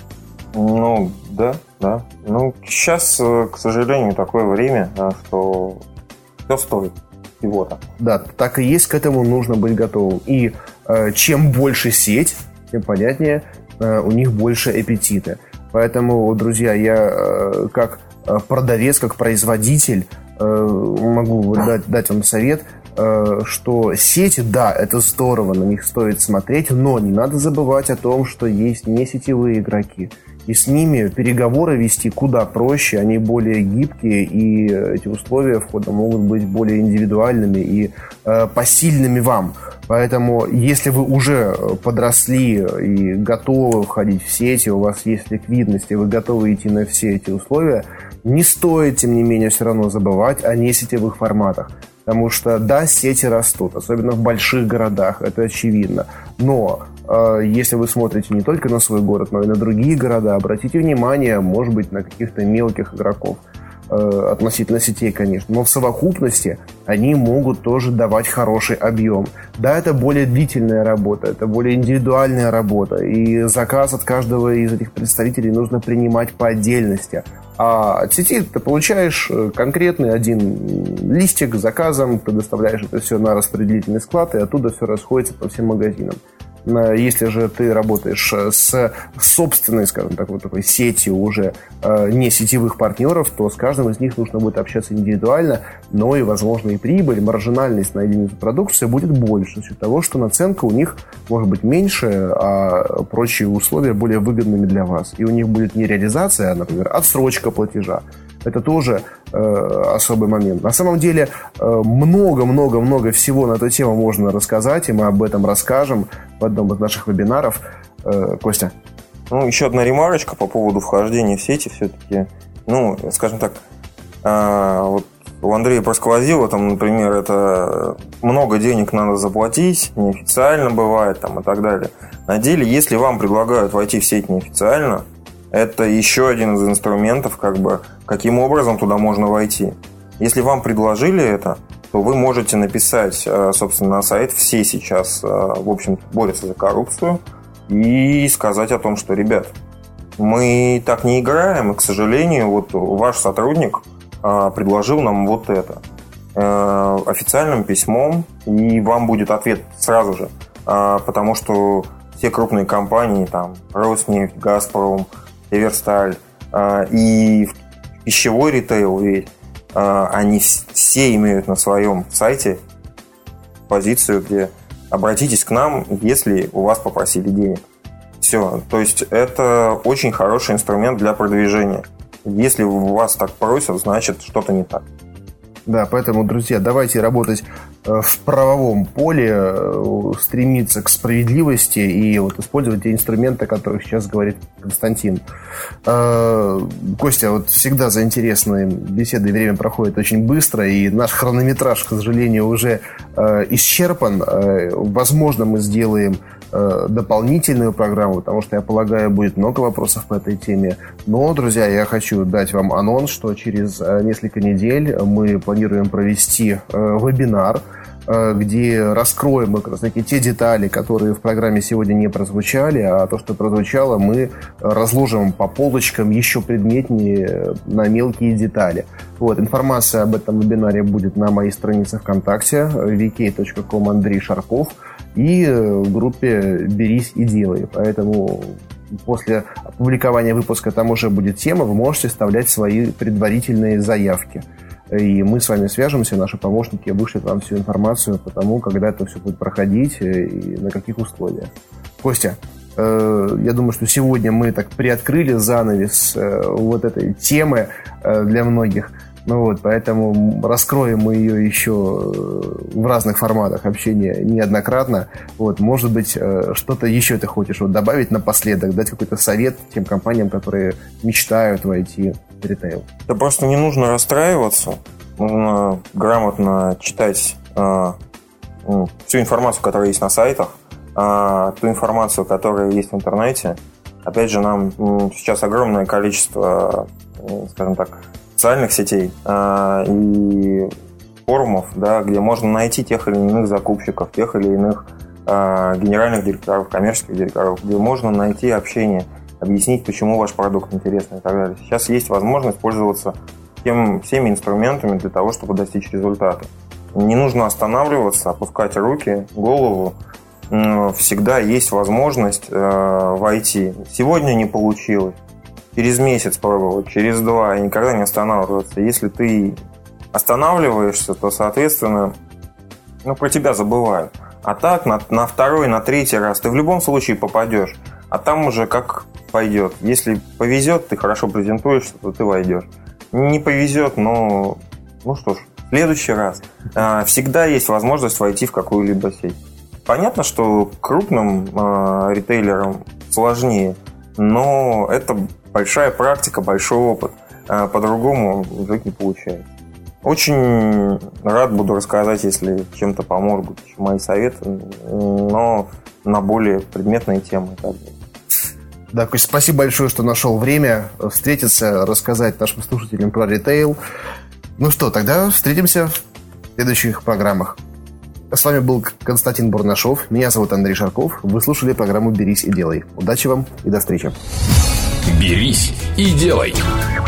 Ну, да, да. Ну, сейчас, к сожалению, такое время, что все стоит всего-то. Да, так и есть, к этому нужно быть готовым. И э, чем больше сеть, тем понятнее, э, у них больше аппетита. Поэтому, друзья, я э, как продавец, как производитель э, могу дать, дать вам совет, э, что сети, да, это здорово, на них стоит смотреть, но не надо забывать о том, что есть не сетевые игроки. И с ними переговоры вести куда проще, они более гибкие, и эти условия входа могут быть более индивидуальными и э, посильными вам. Поэтому, если вы уже подросли и готовы входить в сети, у вас есть ликвидность, и вы готовы идти на все эти условия, не стоит, тем не менее, все равно забывать о несетевых форматах. Потому что, да, сети растут, особенно в больших городах, это очевидно. Но э, если вы смотрите не только на свой город, но и на другие города, обратите внимание, может быть, на каких-то мелких игроков, э, относительно сетей, конечно. Но в совокупности они могут тоже давать хороший объем. Да, это более длительная работа, это более индивидуальная работа. И заказ от каждого из этих представителей нужно принимать по отдельности. А от сети ты получаешь конкретный один листик с заказом, ты доставляешь это все на распределительный склад, и оттуда все расходится по всем магазинам. Если же ты работаешь с собственной, скажем так, вот такой сетью уже не сетевых партнеров, то с каждым из них нужно будет общаться индивидуально, но и, возможно, и прибыль, маржинальность на единицу продукции будет больше, за счет того, что наценка у них может быть меньше, а прочие условия более выгодными для вас. И у них будет не реализация, а, например, отсрочка платежа. Это тоже э, особый момент. На самом деле много-много-много э, всего на эту тему можно рассказать, и мы об этом расскажем в одном из наших вебинаров. Э, Костя? Ну, еще одна ремарочка по поводу вхождения в сети все-таки. Ну, скажем так, э, вот у Андрея просквозило, там, например, это много денег надо заплатить, неофициально бывает, там, и так далее. На деле, если вам предлагают войти в сеть неофициально, это еще один из инструментов, как бы, каким образом туда можно войти. Если вам предложили это, то вы можете написать, собственно, на сайт. Все сейчас, в общем, борются за коррупцию. И сказать о том, что, ребят, мы так не играем, и, к сожалению, вот ваш сотрудник предложил нам вот это официальным письмом, и вам будет ответ сразу же. Потому что все крупные компании, там, Роснефть, Газпром, Северсталь э, и пищевой ритейл, ведь э, они все имеют на своем сайте позицию, где обратитесь к нам, если у вас попросили денег. Все, то есть это очень хороший инструмент для продвижения. Если у вас так просят, значит что-то не так. Да, поэтому, друзья, давайте работать в правовом поле, стремиться к справедливости и вот использовать те инструменты, о которых сейчас говорит Константин. Костя, вот всегда за интересные беседы время проходит очень быстро, и наш хронометраж, к сожалению, уже исчерпан. Возможно, мы сделаем дополнительную программу, потому что, я полагаю, будет много вопросов по этой теме. Но, друзья, я хочу дать вам анонс, что через несколько недель мы планируем провести вебинар, где раскроем как раз таки те детали, которые в программе сегодня не прозвучали, а то, что прозвучало, мы разложим по полочкам еще предметнее на мелкие детали. Вот, информация об этом вебинаре будет на моей странице ВКонтакте ви кей точка ком Андрей Шарков и в группе «Берись и делай». Поэтому после опубликования выпуска там уже будет тема, вы можете вставлять свои предварительные заявки. И мы с вами свяжемся, наши помощники вышлют вам всю информацию по тому, когда это все будет проходить и на каких условиях. Костя, э, я думаю, что сегодня мы так приоткрыли занавес э, вот этой темы э, для многих. Ну вот, поэтому раскроем мы ее еще в разных форматах общения неоднократно. Вот, может быть, что-то еще ты хочешь вот добавить напоследок, дать какой-то совет тем компаниям, которые мечтают войти в ритейл? Да просто не нужно расстраиваться. Нужно грамотно читать э, всю информацию, которая есть на сайтах, ту информацию, которая есть в интернете. Опять же, нам сейчас огромное количество, скажем так, социальных сетей и форумов, да, где можно найти тех или иных закупщиков, тех или иных генеральных директоров, коммерческих директоров, где можно найти общение, объяснить, почему ваш продукт интересный и так далее. Сейчас есть возможность пользоваться тем, всеми инструментами для того, чтобы достичь результата. Не нужно останавливаться, опускать руки, голову. Всегда есть возможность э, войти. Сегодня не получилось. Через месяц пробовать, через два. И никогда не останавливаться. Если ты останавливаешься, то, соответственно, ну, про тебя забывают. А так, на, на второй, на третий раз ты в любом случае попадешь. А там уже как пойдет. Если повезет, ты хорошо презентуешься, то ты войдешь. Не повезет, но... Ну что ж, в следующий раз. Э, всегда есть возможность войти в какую-либо сеть. Понятно, что крупным э, ритейлерам сложнее, но это большая практика, большой опыт. Э, по-другому жить не получается. Очень рад буду рассказать, если чем-то помогут мои советы, но на более предметные темы. Да, Кость, спасибо большое, что нашел время встретиться, рассказать нашим слушателям про ритейл. Ну что, тогда встретимся в следующих программах. С вами был Константин Бурнашов. Меня зовут Андрей Шарков. Вы слушали программу «Берись и делай». Удачи вам и до встречи. «Берись и делай».